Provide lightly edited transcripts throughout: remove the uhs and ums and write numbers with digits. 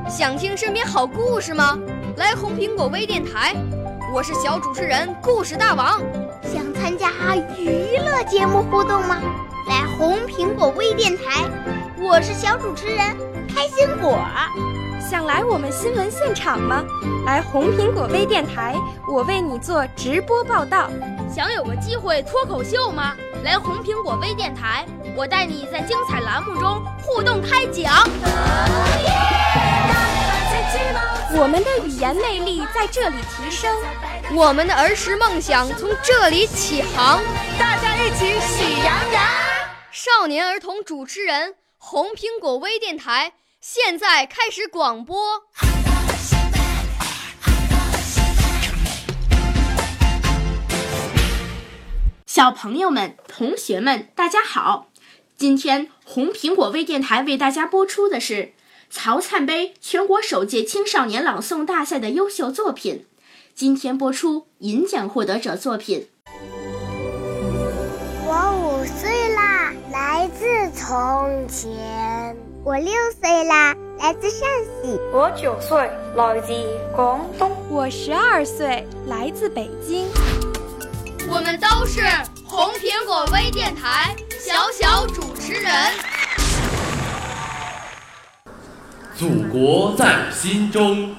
想听身边好故事吗？来红苹果微电台，我是小主持人故事大王。 想参加娱乐节目互动吗？来红苹果微电台，我是小主持人开心果。 想来我们新闻现场吗？来红苹果微电台，我为你做直播报道。 想有个机会脱口秀吗？来红苹果微电台，我带你在精彩栏目中互动开讲。 我们的语言魅力在这里提升， 我们的儿时梦想从这里起航。 大家一起喜羊羊。 少年儿童主持人，红苹果微电台现在开始广播。 小朋友们、同学们，大家好！今天红苹果微电台为大家播出的是曹灿杯全国首届青少年朗诵大赛的优秀作品。今天播出银奖获得者作品。 我5岁啦，来自从前。我6岁啦，来自陕西。 我9岁，来自廣東。 我12岁，来自北京。 我们都是红苹果微电台小主持人。 祖国在我心中，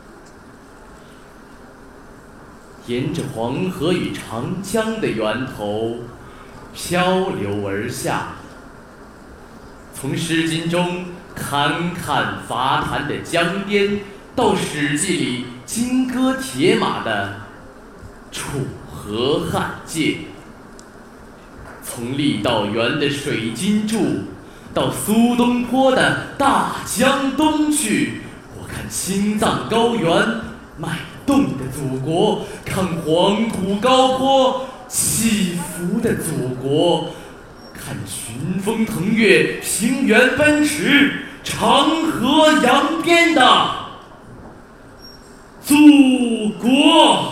沿着黄河与长江的源头漂流而下，从诗经中侃侃伐檀的江边，到史记里金戈铁马的楚河汉界，从郦道元的水晶柱到苏东坡的大江东去，我看青藏高原脉动的祖国，看黄土高坡起伏的祖国，看群峰腾跃、平原奔驰、长河扬鞭的祖国。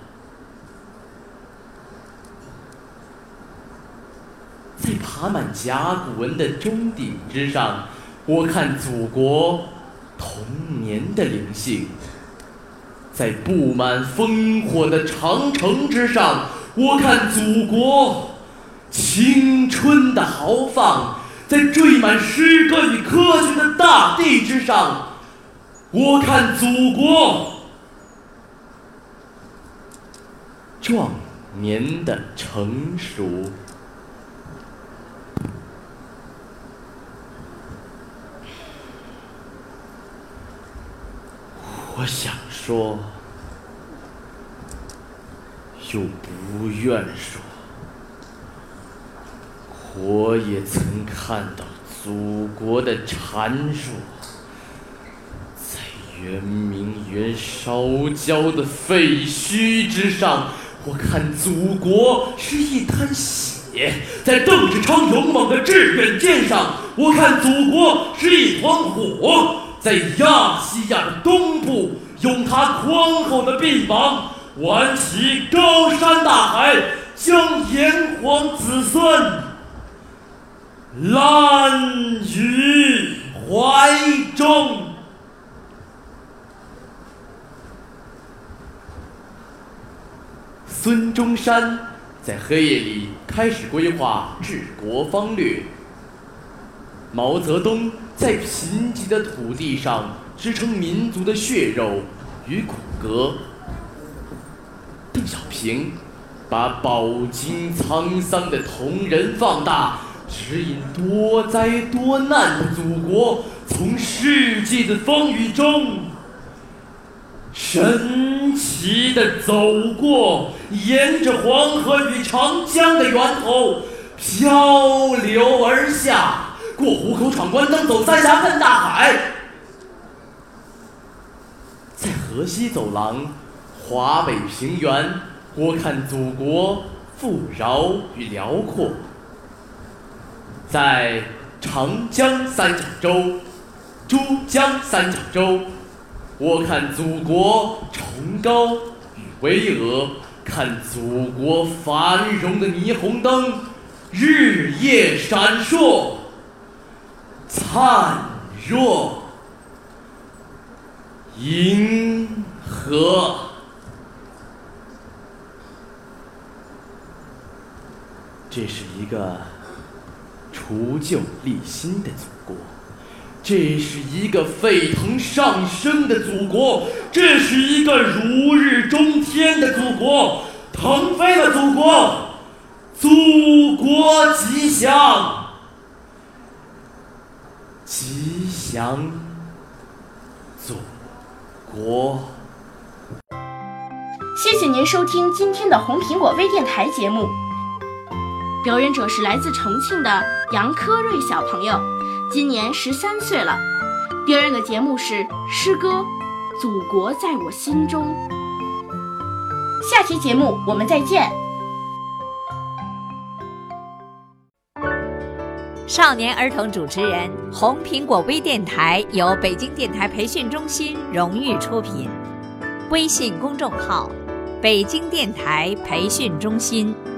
在爬满甲骨文的钟鼎之上，我看祖国童年的灵性；在布满烽火的长城之上，我看祖国青春的豪放；在缀满诗歌与科学的大地之上，我看祖国壮年的成熟。我想说，又不愿说。我也曾看到祖国的孱弱，在圆明园烧焦的废墟之上，我看祖国是一滩血；在邓世昌勇猛的致远舰上，我看祖国是一团火；在亚细亚的东部，用它宽厚的臂膀挽起高山大海，将炎黄子孙揽于怀中。孙中山在黑夜里开始规划治国方略，毛泽东在贫瘠的土地上支撑民族的血肉与骨骼，邓小平把饱经沧桑的同仁放大，指引多灾多难的祖国从世纪的风雨中神奇地走过，沿着黄河与长江的源头漂流而下，过虎口闯关灯，走三峡奔大海。在河西走廊、华北平原，我看祖国富饶与辽阔；在长江三角洲、珠江三角洲，我看祖国崇高与巍峨，看祖国繁荣的霓虹灯日夜闪烁灿若。 银河。这是一个除旧立新的祖国，这是一个沸腾上升的祖国，这是一个如日中天的祖国，腾飞的祖国，祖国吉祥，吉祥祖国。 谢谢您收听今天的红苹果微电台节目。表演者是来自重庆的杨科瑞小朋友，今年13岁了。表演的节目是诗歌《祖国在我心中》。下期节目我们再见。 少年儿童主持人，红苹果微电台由北京电台培训中心荣誉出品，微信公众号：北京电台培训中心。